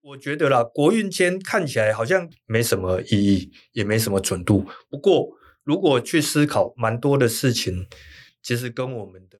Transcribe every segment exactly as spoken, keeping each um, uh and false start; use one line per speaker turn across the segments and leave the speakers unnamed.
我觉得啦，国运签看起来好像没什么意义，也没什么准度。不过，如果去思考，蛮多的事情，其实跟我们的。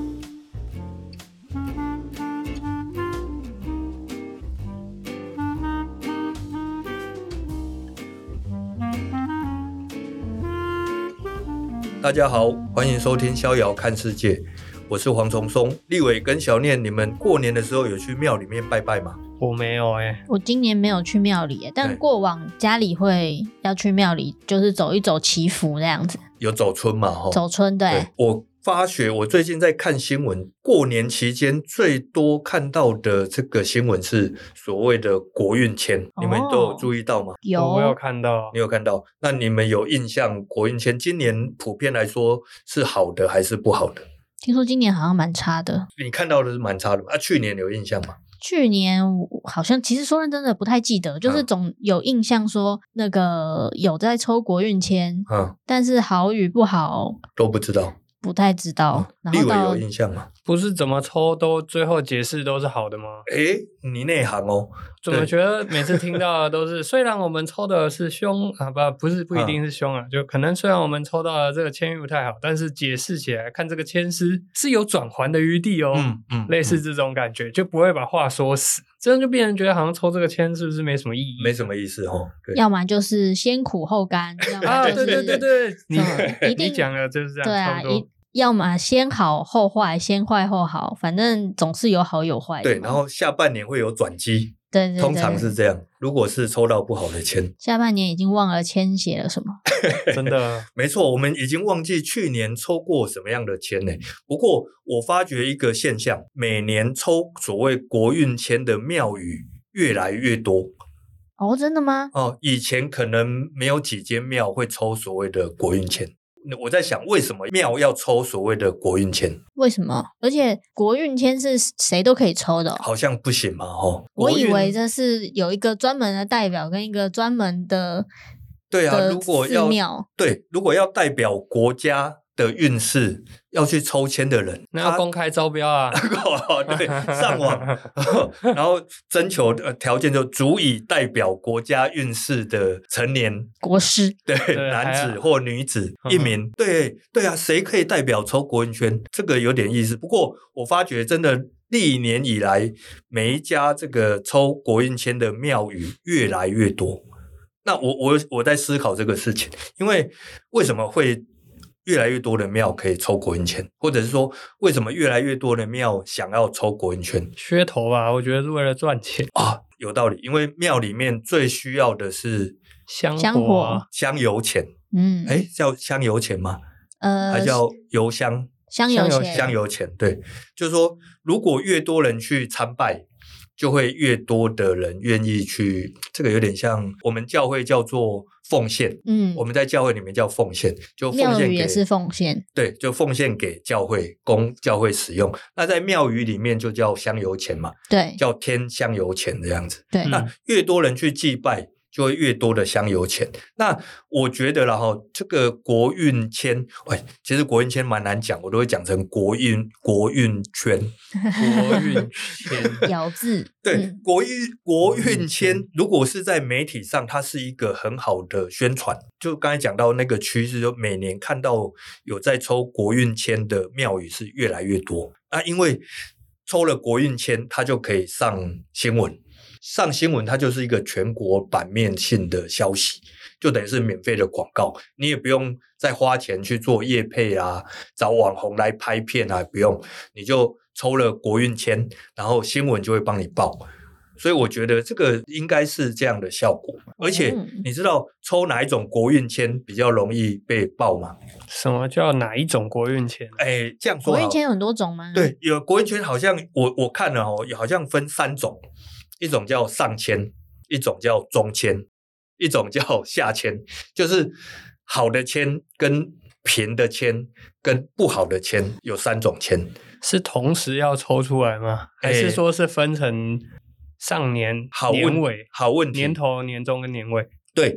大家好，欢迎收听逍遥看世界，我是黄崇松。立伟跟小念，你们过年的时候有去庙里面拜拜吗？
我没有哎、欸，
我今年没有去庙里、欸，但过往家里会要去庙里，就是走一走祈福这样子。
有走春嘛？
走春 对,
对。我发觉我最近在看新闻，过年期间最多看到的这个新闻是所谓的国运签、哦，你们都有注意到吗？
有，
我有看到。
你有看到？那你们有印象国运签今年普遍来说是好的还是不好的？
听说今年好像蛮差的。
你看到的是蛮差的啊？去年有印象吗？
去年好像其实说认真的不太记得，就是总有印象说那个有在抽国运签、嗯，但是好与不好
都不知道，
不太知道。
嗯、立伟有印象吗？
不是怎么抽都最后解释都是好的吗？
诶，你内行哦。
怎么觉得每次听到的都是虽然我们抽的是凶啊，不不是不一定是凶啊、嗯，就可能虽然我们抽到的这个签运不太好，但是解释起来看这个签诗是有转圜的余地哦，嗯嗯，类似这种感觉、嗯、就不会把话说死，这样就变成觉得好像抽这个签是不是没什么意义？
没什么意思哦。对，
要么就是先苦后甘，要么就是、
啊、对对对对，你
一定
你讲的就是这样，
对啊，一要么先好后坏，先坏后好，反正总是有好有坏。
对，然后下半年会有转机。
对, 对, 对，
通常是这样。如果是抽到不好的签，
下半年已经忘了签写了什么。
真的，
没错，我们已经忘记去年抽过什么样的签呢？不过我发觉一个现象，每年抽所谓国运签的庙宇越来越多。
哦，真的吗？
哦，以前可能没有几间庙会抽所谓的国运签。我在想为什么庙要抽所谓的国运签？
为什么？而且国运签是谁都可以抽的、哦、
好像不行嘛、哦、
我以为这是有一个专门的代表跟一个专门的
对啊，如果要
庙
对，如果要代表国家的运势要去抽签的人，
那要公开招标啊
对，上网然后征求条件就足以代表国家运势的成年
国师，
对，对男子或女子一名、嗯、对对啊，谁可以代表抽国运圈？这个有点意思。不过我发觉真的历年以来每一家这个抽国运签的庙宇越来越多。那我我我在思考这个事情，因为为什么会越来越多的庙可以抽国运签，或者是说为什么越来越多的庙想要抽国运圈？
噱头吧，我觉得是为了赚钱
啊，有道理。因为庙里面最需要的是
香
火、
啊、
香油钱。
嗯，
哎，叫香油钱吗？
呃，
还叫油香
香油钱？
香油钱，对，就是说，如果越多人去参拜，就会越多的人愿意去。这个有点像我们教会叫做奉献，嗯，我们在教会里面叫奉献，就奉献给，
庙宇也是奉献，
对，就奉献给教会，供教会使用。那在庙宇里面就叫香油钱嘛，
对，
叫添香油钱这样子。
对，
那越多人去祭拜，就会越多的香油钱。那我觉得啦齁，这个国运签，喂，其实国运签蛮难讲，我都会讲成国运国运圈，
国运签
咬字。
对，
嗯、
国运国运签，如果是在媒体上，它是一个很好的宣传。就刚才讲到那个趋势，就每年看到有在抽国运签的庙宇是越来越多啊，因为抽了国运签，它就可以上新闻。上新闻它就是一个全国版面性的消息，就等于是免费的广告，你也不用再花钱去做业配啊，找网红来拍片啊，不用，你就抽了国运签，然后新闻就会帮你报。所以我觉得这个应该是这样的效果。而且你知道抽哪一种国运签比较容易被报吗？
什么叫哪一种国运签？
哎，这样说好，
国运签有很多种吗？
对，有国运签好像我我看了哦，好像分三种，一种叫上签，一种叫中签，一种叫下签，就是好的签跟平的签跟不好的签有三种签。
是同时要抽出来吗？还是说是分成上年、
好
年尾、
好问题，
年头、年中跟年尾？
对，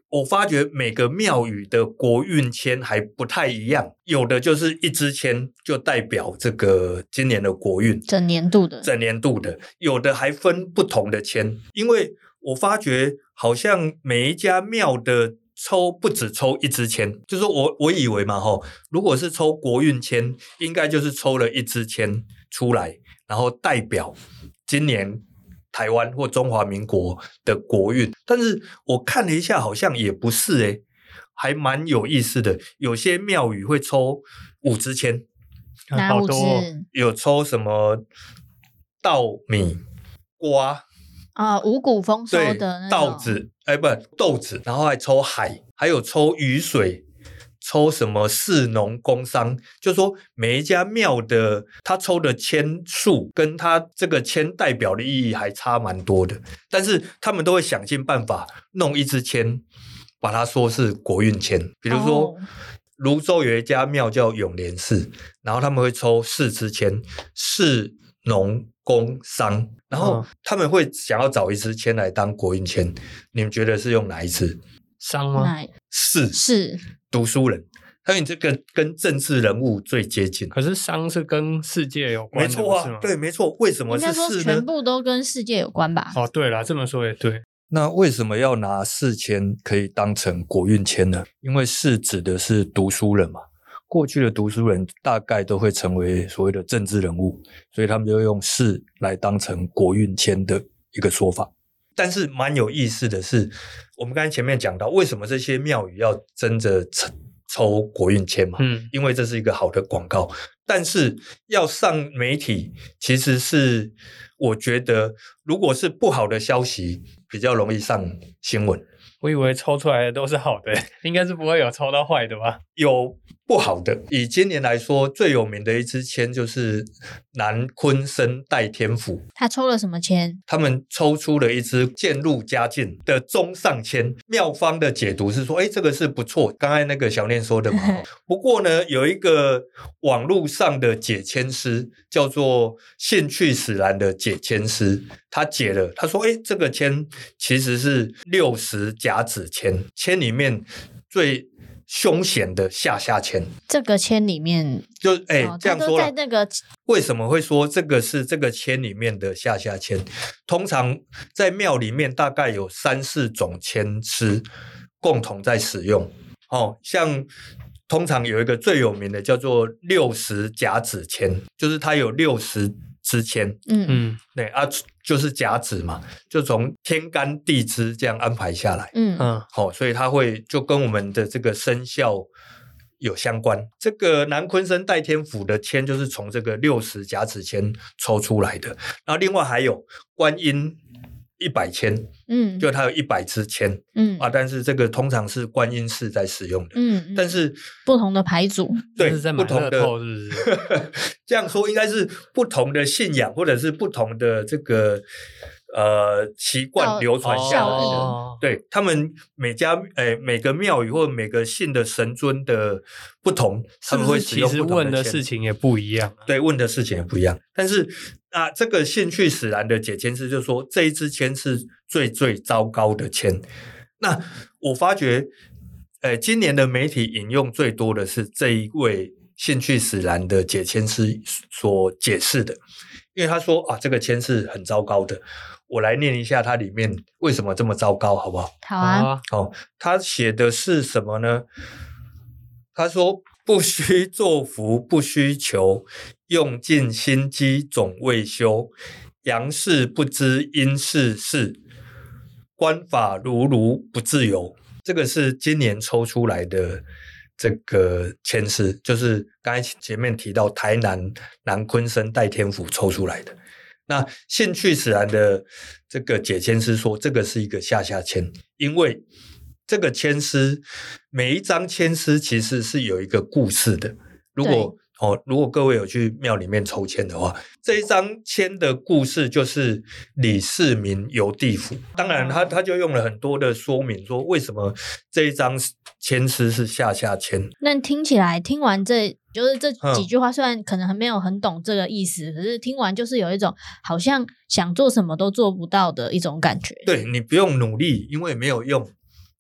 我发觉每个庙宇的国运签还不太一样，有的就是一支签就代表这个今年的国运，
整年度的，
整年度的，有的还分不同的签，因为我发觉好像每一家庙的抽不只抽一支签，就是说我我以为嘛齁，如果是抽国运签，应该就是抽了一支签出来，然后代表今年台湾或中华民国的国运，但是我看了一下，好像也不是诶，还蛮有意思的。有些庙宇会抽五支签，
哪五支？
有抽什么稻米、瓜
啊，五谷丰收的那种
稻子，哎，不豆子，然后还抽海，还有抽雨水。抽什么士农工商，就说每一家庙的他抽的签数跟他这个签代表的意义还差蛮多的，但是他们都会想尽办法弄一支签把它说是国运签。比如说泸州有一家庙叫永联寺，然后他们会抽四支签，士农工商，然后他们会想要找一支签来当国运签，你们觉得是用哪一支？
商吗？
是
是
读书人，因为这个跟政治人物最接近。
可是商是跟世界有关的，
没错啊，对，没错。为什么是士呢？
应该说全部都跟世界有关吧？
哦，对啦，这么说也对。
那为什么要拿士签可以当成国运签呢？因为士指的是读书人嘛，过去的读书人大概都会成为所谓的政治人物，所以他们就用士来当成国运签的一个说法。但是蛮有意思的是，我们刚才前面讲到，为什么这些庙宇要争着抽抽国运签嘛？嗯，因为这是一个好的广告。但是要上媒体，其实是我觉得，如果是不好的消息，比较容易上新闻。
我以为抽出来的都是好的，应该是不会有抽到坏的吧？
有不好的。以今年来说，最有名的一支签就是南鲲生代天府。
他抽了什么签？
他们抽出了一支渐入佳境的中上签。庙方的解读是说，哎，这个是不错。刚才那个小念说的嘛。不过呢，有一个网络上的解签师叫做兴趣使然的解签师，他解了，他说，哎，这个签其实是六十甲子签，签里面最凶险的下下签。这
个签里面
就哎、欸哦、这样说了，
那个
为什么会说这个是这个签里面的下下签？通常在庙里面大概有三四种签师共同在使用。哦，像通常有一个最有名的叫做六十甲子签，就是它有六十支签。嗯嗯，对啊，就是甲子嘛，就从天干地支这样安排下来。嗯嗯，好、哦，所以它会就跟我们的这个生肖有相关。这个南鲲生代天府的签就是从这个六十甲子签抽出来的。然后另外还有观音一百签，嗯，就它有一百支签，嗯啊，但是这个通常是观音寺在使用的，嗯，但是
不同的牌组，
对，
是在
不同的，
是不是
这样说应该是不同的信仰或者是不同的这个呃习惯流传下来的，哦、对他们每家诶、呃、每个庙宇或者每个信的神尊的不同，他们会使用不同的签，
其实问的事情也不一样、啊，
对，问的事情也不一样，但是。啊，这个兴趣使然的解签师就说这一支签是最最糟糕的签。那我发觉，呃，今年的媒体引用最多的是这一位兴趣使然的解签师所解释的，因为他说啊，这个签是很糟糕的。我来念一下它里面为什么这么糟糕，好不好？
好啊。
哦，他写的是什么呢？他说。不须作福，不须求，用尽心机总未休。阳世不知阴世事，官法如如不自由。这个是今年抽出来的这个签诗，就是刚才前面提到台南南鲲生代天府抽出来的。那兴趣使然的这个解签师说，这个是一个下下签，因为这个签诗每一张签诗其实是有一个故事的。如果哦，如果各位有去庙里面抽签的话，这一张签的故事就是李世民游地府。当然他他就用了很多的说明，说为什么这一张签诗是下下签。
那听起来听完这就是这几句话，虽然可能还没有很懂这个意思、嗯、可是听完就是有一种好像想做什么都做不到的一种感觉。
对，你不用努力，因为没有用。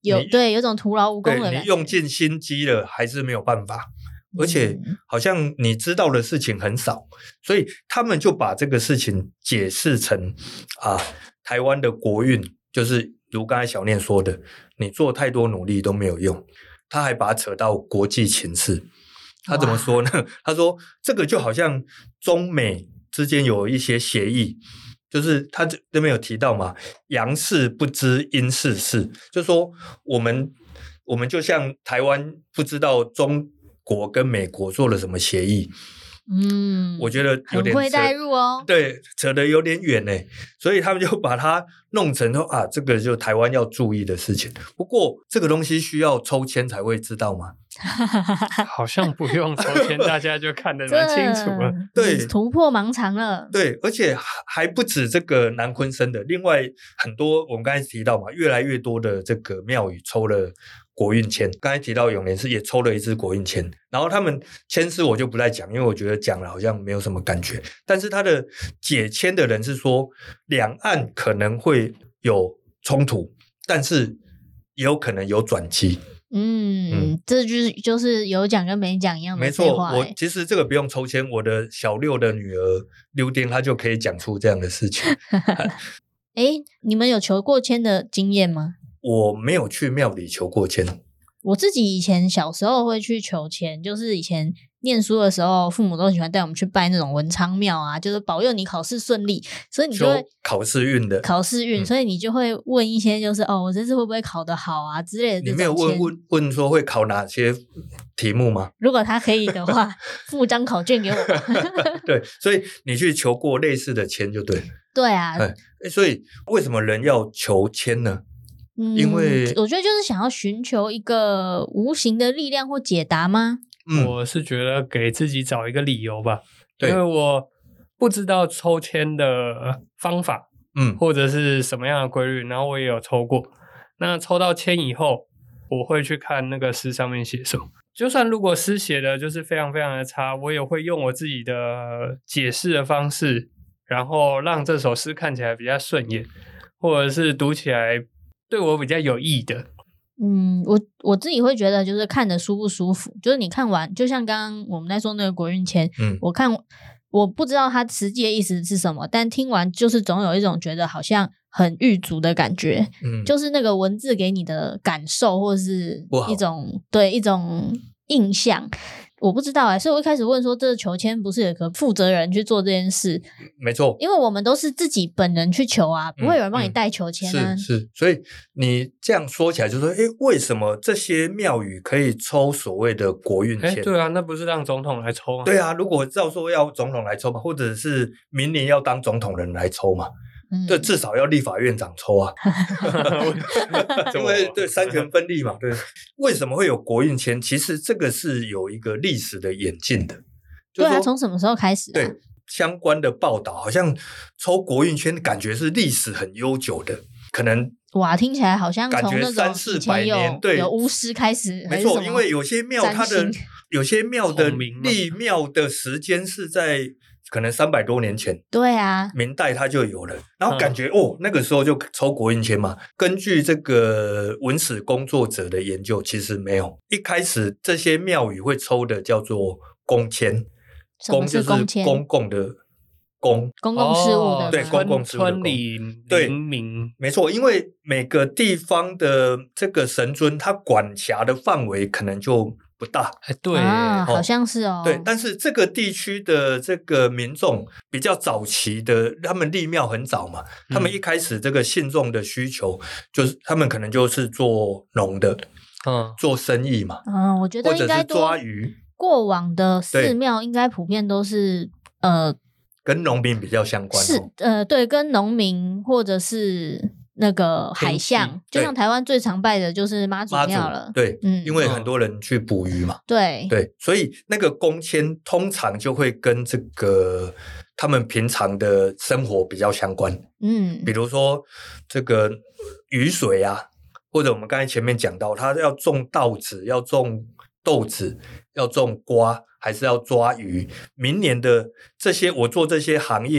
有对有种徒劳无功的感觉，
你用尽心机了还是没有办法。而且好像你知道的事情很少，所以他们就把这个事情解释成啊，台湾的国运就是如刚才小念说的，你做太多努力都没有用。他还把它扯到国际情势，他怎么说呢？他说这个就好像中美之间有一些协议，就是他这边有提到嘛，阳事不知阴事事，就说我们我们就像台湾不知道中国跟美国做了什么协议，嗯，我觉得有点
很会带入哦，
对，扯得有点远呢，所以他们就把它弄成说啊，这个就台湾要注意的事情。不过这个东西需要抽签才会知道吗？
好像不用抽签，大家就看得蛮清楚了。
对，
突破盲肠了。
对，而且还不止这个南鯤鯓的，另外很多我们刚才提到嘛，越来越多的这个庙宇抽了国运签，刚才提到永联寺也抽了一支国运签，然后他们签诗我就不再讲，因为我觉得讲了好像没有什么感觉。但是他的解签的人是说，两岸可能会有冲突，但是也有可能有转机。
嗯, 嗯，这就是就是有讲跟没讲一样的废话、欸。
没错，我其实这个不用抽签，我的小六的女儿溜丁她就可以讲出这样的事情。
哎，你们有求过签的经验吗？
我没有去庙里求过签。
我自己以前小时候会去求签，就是以前念书的时候，父母都喜欢带我们去拜那种文昌庙啊，就是保佑你考试顺利，所以你就会
考试运的
考试运、嗯，所以你就会问一些就是哦，我这次会不会考得好啊之类的这种签。
你没有问问问说会考哪些题目吗？
如果他可以的话，附张考卷给我。
对，所以你去求过类似的签就对了。
对啊，
所以为什么人要求签呢？
嗯，
因为
我觉得就是想要寻求一个无形的力量或解答吗？
嗯，我是觉得给自己找一个理由吧，因为我不知道抽签的方法，嗯，或者是什么样的规律，然后我也有抽过。那抽到签以后，我会去看那个诗上面写什么。就算如果诗写的就是非常非常的差，我也会用我自己的解释的方式，然后让这首诗看起来比较顺眼，或者是读起来对我比较有益的。
嗯，我我自己会觉得就是看得舒不舒服，就是你看完，就像刚刚我们在说那个国运签，嗯，我看我不知道它实际的意思是什么，但听完就是总有一种觉得好像很狱卒的感觉，嗯，就是那个文字给你的感受或是一种对一种印象。我不知道哎、欸，所以我一开始问说，这求签不是有个负责人去做这件事？
没错，
因为我们都是自己本人去求啊，不会有人帮你代求签啊。
嗯、是是，所以你这样说起来就说，哎，为什么这些庙宇可以抽所谓的国运签？
对啊，那不是让总统来抽吗？
对啊，如果照说要总统来抽嘛，或者是明年要当总统人来抽嘛。嗯、对，至少要立法院长抽啊，因为对三权分立嘛。对，为什么会有国运签？其实这个是有一个历史的演进的。
就是、对啊，从什么时候开始、啊？
对，相关的报道好像抽国运签，感觉是历史很悠久的，可能
哇，听起来好像
感觉三四百年，对，
有巫师开始，
没错，因为有些庙它的有些庙的立庙的时间是在。可能三百多年前，
对啊，
明代它就有了，然后感觉、嗯、哦，那个时候就抽国运签嘛。根据这个文史工作者的研究，其实没有，一开始这些庙宇会抽的叫做公签，
公
就是公共的公，
公共事务的、
哦，对，公共事务的公，
村里邻民，
没错，因为每个地方的这个神尊，他管辖的范围可能就不大，
哎，对、
啊，好像是哦。
对，但是这个地区的这个民众比较早期的，他们立庙很早嘛，嗯、他们一开始这个信众的需求，就是他们可能就是做农的，嗯，做生意嘛，
嗯，我觉得应该
或者是抓鱼。
过往的寺庙应该普遍都是呃，
跟农民比较相关、哦，
是呃，对，跟农民或者是。那个海象，就像台湾最常拜的就是妈祖庙了，
对，嗯，因为很多人去捕鱼嘛，
对
对，所以那个公签通常就会跟这个他们平常的生活比较相关，嗯，比如说这个雨水啊，或者我们刚才前面讲到，他要种稻子，要种豆子，要种瓜，还是要抓鱼，明年的这些我做这些行业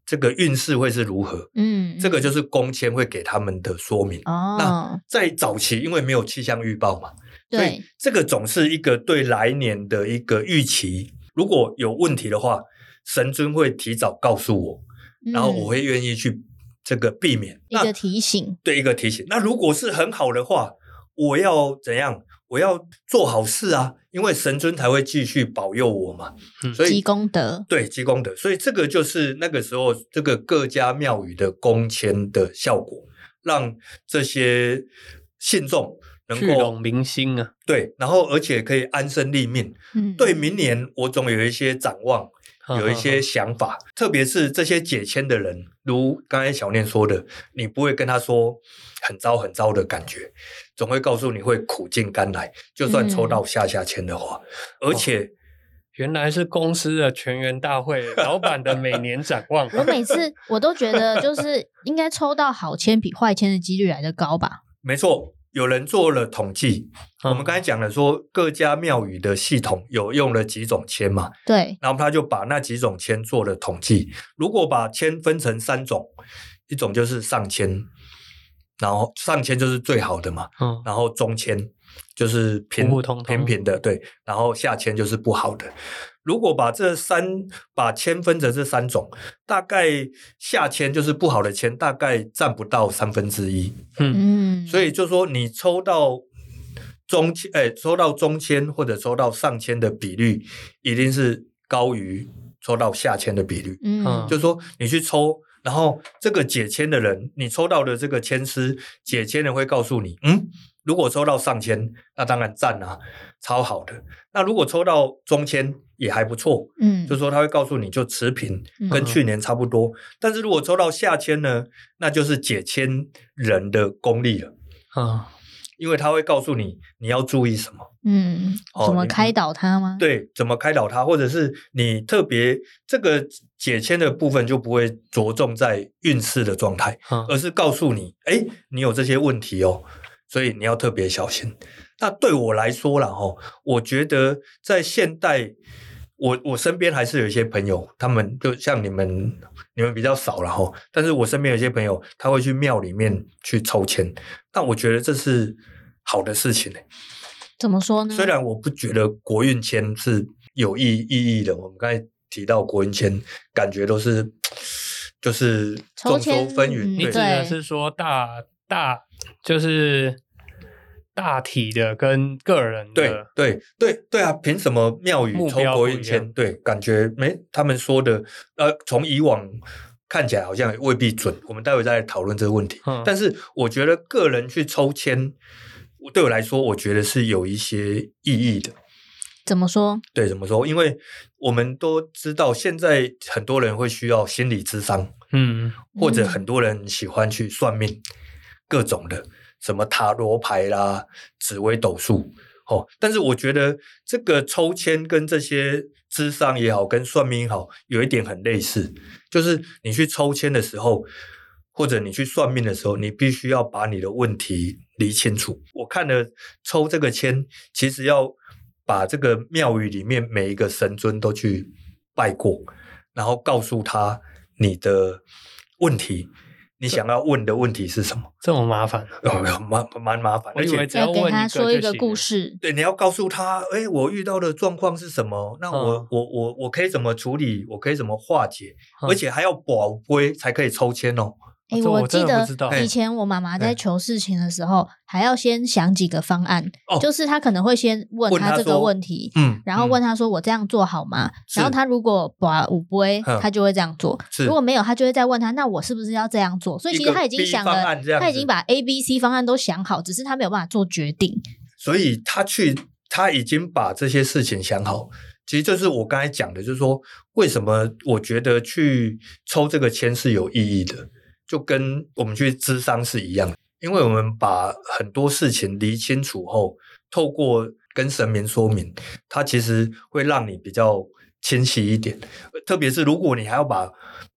这个运势会是如何？
嗯，
这个就是公签会给他们的说明。
哦，
那在早期，因为没有气象预报嘛，所以
对，
这个总是一个对来年的一个预期。如果有问题的话，神尊会提早告诉我，然后我会愿意去这个避免。
嗯、一个提醒，
对，一个提醒。那如果是很好的话，我要怎样？我要做好事啊，因为神尊才会继续保佑我嘛。
嗯、
所以
积功德，
对，积功德。所以这个就是那个时候这个各家庙宇的公签的效果，让这些信众能够
聚拢民心啊。
对，然后而且可以安身立命。
嗯，
对明年我总有一些展望。有一些想法，特别是这些解签的人，如刚才小念说的，你不会跟他说很糟很糟的感觉，总会告诉你会苦尽甘来，就算抽到下下签的话，嗯、而且、哦、
原来是公司的全员大会，老板的每年展望。
我每次我都觉得，就是应该抽到好签比坏签的几率来得高吧？
没错。有人做了统计，嗯、我们刚才讲了说各家庙宇的系统有用了几种签嘛，
对，
然后他就把那几种签做了统计。如果把签分成三种，一种就是上签，然后上签就是最好的嘛，嗯、然后中签就是平
普普通通
平平的，对，然后下签就是不好的。如果把这三把签分成这三种，大概下签就是不好的签，大概占不到三分之一。嗯，所以就说你抽到中签，哎，抽到中签或者抽到上签的比率，一定是高于抽到下签的比率。嗯，就是说你去抽，然后这个解签的人，你抽到的这个签师解签人会告诉你，嗯。如果抽到上签，那当然赞啊，超好的。那如果抽到中签也还不错，嗯，就说他会告诉你就持平，跟去年差不多。嗯、但是如果抽到下签呢，那就是解签人的功力了啊，因为他会告诉你你要注意什么，
嗯，怎么开导他吗？
对，怎么开导他，或者是你特别这个解签的部分就不会着重在运势的状态，嗯、而是告诉你，哎，你有这些问题哦。所以你要特别小心。那对我来说啦，我觉得在现代，我我身边还是有一些朋友，他们就像你们，你们比较少啦，但是我身边有一些朋友，他会去庙里面去抽签。那我觉得这是好的事情。
怎么说呢？
虽然我不觉得国运签是有意意义的，我们刚才提到国运签，感觉都是就是众说纷纭。
你指的是说大大就是大体的跟个人的？
对对对对啊！凭什么庙宇抽国运签？对，感觉没他们说的。呃，从以往看起来好像未必准。我们待会再来讨论这个问题。嗯、但是我觉得个人去抽签，对我来说，我觉得是有一些意义的。
怎么说？
对，怎么说？因为我们都知道，现在很多人会需要心理諮商，嗯，或者很多人喜欢去算命。各种的什么塔罗牌啦、紫微斗数，哦，但是我觉得这个抽签跟这些諮商也好，跟算命也好，有一点很类似，就是你去抽签的时候，或者你去算命的时候，你必须要把你的问题理清楚。我看了抽这个签，其实要把这个庙宇里面每一个神尊都去拜过，然后告诉他你的问题。你想要问的问题是什么？
这么麻烦？
哦，蛮蛮麻烦。
我以为只要
问一个就行了。要给他说一个故事。
对，你要告诉他，哎，我遇到的状况是什么？那我、嗯、我我我可以怎么处理？我可以怎么化解？嗯、而且还要宝龟才可以抽签哦。
哎、欸，我记得以前我妈妈在求事情的时候，还要先想几个方案，哦、就是她可能会先问她这个问题，嗯，然后问她说：“我这样做好吗？”然后她如果把五不会，她就会这样做；如果没有，她就会再问她：“那我是不是要这样做？”所以其实她已经想了，她已经把 A、B、C 方案都想好，只是她没有办法做决定。
所以她去，她已经把这些事情想好。其实就是我刚才讲的，就是说为什么我觉得去抽这个签是有意义的。就跟我们去諮商是一样的，因为我们把很多事情理清楚后，透过跟神明说明，它其实会让你比较清晰一点。特别是如果你还要把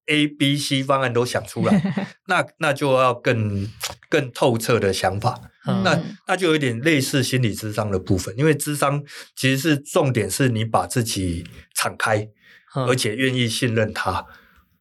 A、B、C 方案都想出来，那那就要更更透彻的想法。嗯、那那就有点类似心理諮商的部分，因为諮商其实是重点是你把自己敞开，嗯、而且愿意信任他。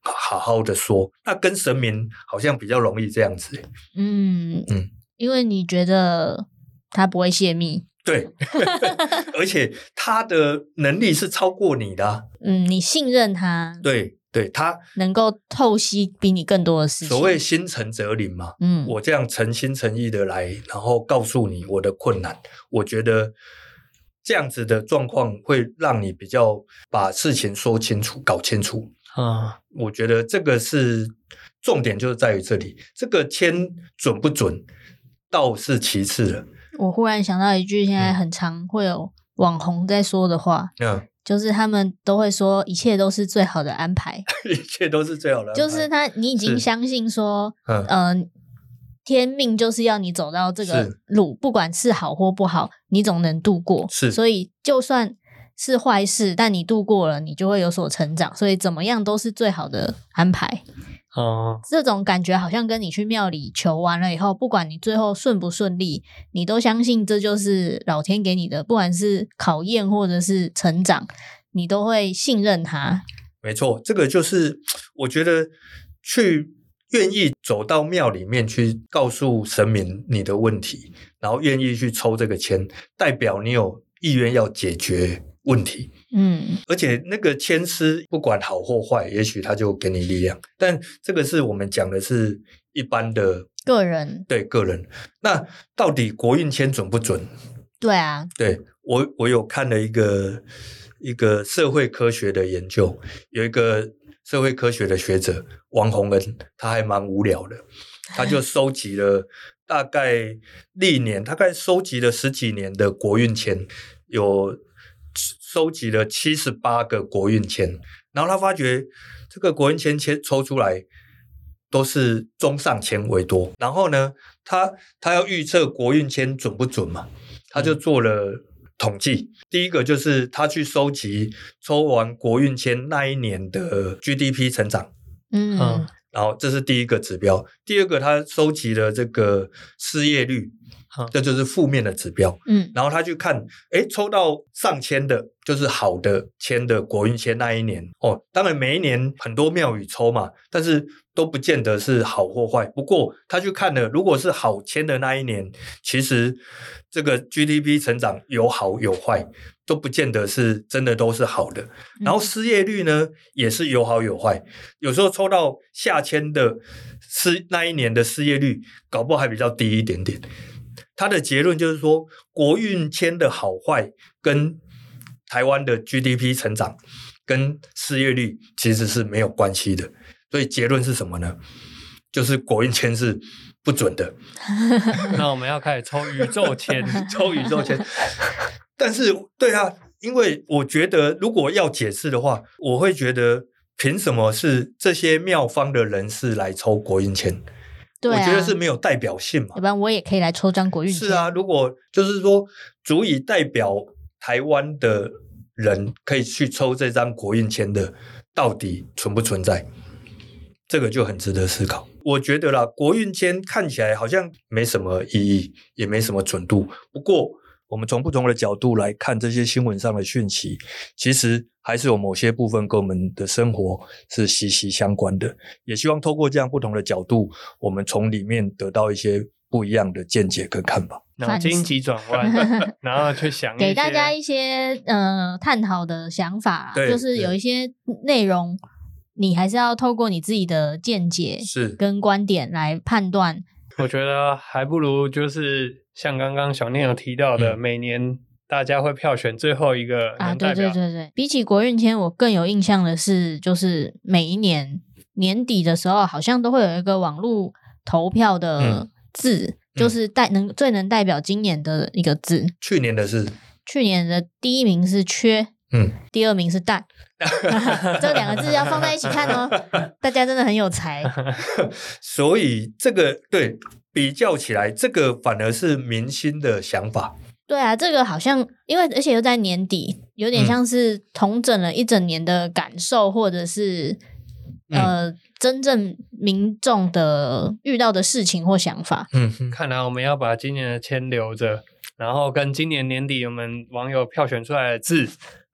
好好的说。那跟神明好像比较容易这样子。
嗯
嗯，
因为你觉得他不会泄密。
对，而且他的能力是超过你的、啊。
嗯，你信任他。
对对，他
能够透析比你更多的事情。
所谓心诚则灵嘛，嗯，我这样诚心诚意的来，然后告诉你我的困难，我觉得这样子的状况会让你比较把事情说清楚、搞清楚啊。我觉得这个是重点，就是在于这里，这个签准不准倒是其次了。
我忽然想到一句现在很常会有网红在说的话，嗯，就是他们都会说一切都是最好的安排，
一切都是最好的安排。
就是他，你已经相信说，嗯、呃，天命就是要你走到这个路，不管是好或不好，你总能度过。
是，
所以就算是坏事，但你度过了，你就会有所成长。所以怎么样都是最好的安排。哦，这种感觉好像跟你去庙里求完了以后，不管你最后顺不顺利，你都相信这就是老天给你的，不管是考验或者是成长，你都会信任他。
没错，这个就是我觉得去愿意走到庙里面去告诉神明你的问题，然后愿意去抽这个签，代表你有意愿要解决问题。嗯，而且那个签师不管好或坏，也许他就给你力量，但这个是我们讲的是一般的
个人，
对个人。那到底国运签准不准？
对啊，
对，我我有看了一个一个社会科学的研究，有一个社会科学的学者王洪恩，他还蛮无聊的，他就收集了大概历年大概收集了十几年的国运签，有收集了七十八个国运签，然后他发觉这个国运签签抽出来都是中上签为多。然后呢，他他要预测国运签准不准嘛，他就做了统计。第一个就是他去收集抽完国运签那一年的 G D P 成长，嗯，然后这是第一个指标。第二个他收集了这个失业率，这就是负面的指标。嗯，然后他去看，诶，抽到上签的，就是好的签的国运签那一年哦。当然每一年很多庙宇抽嘛，但是都不见得是好或坏。不过他去看了，如果是好签的那一年，其实这个 G D P 成长有好有坏，都不见得是真的都是好的。然后失业率呢，也是有好有坏。有时候抽到下签的失那一年的失业率，搞不好还比较低一点点。他的结论就是说，国运签的好坏跟台湾的 G D P 成长跟失业率其实是没有关系的。所以结论是什么呢？就是国运签是不准的。
那我们要开始抽宇宙签，
抽宇宙签。但是对啊，因为我觉得如果要解释的话，我会觉得凭什么是这些庙方的人士来抽国运签？
对啊，
我觉得是没有代表性嘛，
要不然我也可以来抽张国运签。
是啊，如果就是说足以代表台湾的人可以去抽这张国运签的，到底存不存在？这个就很值得思考。我觉得啦，国运签看起来好像没什么意义，也没什么准度。不过我们从不同的角度来看这些新闻上的讯息，其实还是有某些部分跟我们的生活是息息相关的。也希望透过这样不同的角度，我们从里面得到一些不一样的见解跟看法。
脑筋急转弯，然后去想一些
给大家一些呃探讨的想法，就是有一些内容，你还是要透过你自己的见解是跟观点来判断。
我觉得还不如就是像刚刚小念有提到的，嗯、每年大家会票选最后一个能代表。
啊，对对对对，比起国运签，我更有印象的是，就是每一年年底的时候，好像都会有一个网络投票的字，嗯、就是代能最能代表今年的一个字。
去年的是？
去年的第一名是缺，嗯，第二名是蛋。这两个字要放在一起看哦，大家真的很有才。
所以这个对比较起来，这个反而是民心的想法。
对啊，这个好像因为而且又在年底，有点像是统整了一整年的感受，或者是、嗯、呃真正民众的遇到的事情或想法。
嗯，看来我们要把今年的签留着，然后跟今年年底我们网友票选出来的字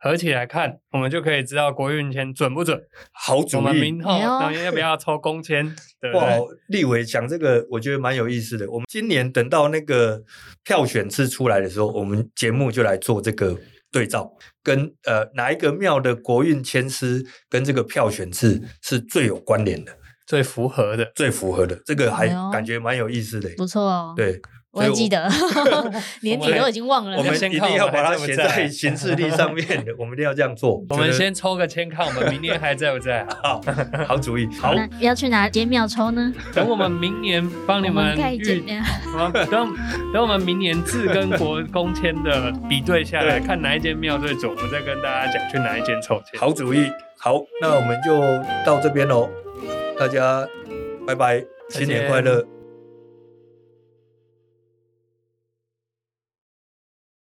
合起来看，我们就可以知道国运签准不准。
好主意。
我们明后
哎
要不要抽公签？对不
哇
对？，
立伟讲这个，我觉得蛮有意思的。我们今年等到那个票选制出来的时候，我们节目就来做这个对照，跟呃哪一个庙的国运签师跟这个票选制是最有关联的、
最符合的。
最符合的。这个还
哎呦
感觉蛮有意思的。
不错哦。
对，
我还记得，年底都已经忘了。
我们
先看
一定要
我们还在不
把它写在
在
行事历上面的，我们一定要这样做。
我们
觉得
先抽个签看我们明年还在不在。
好好主意。好，
那要去哪间庙抽呢？
等我们明年帮你
我
们
们盖一间
预，
庙。
我们等等我们明年字跟国公签的比对下来，
对
看哪一间庙最准，我们再跟大家讲去哪一间抽签。
好主意。好，那我们就到这边喽，大家拜拜，新年快乐。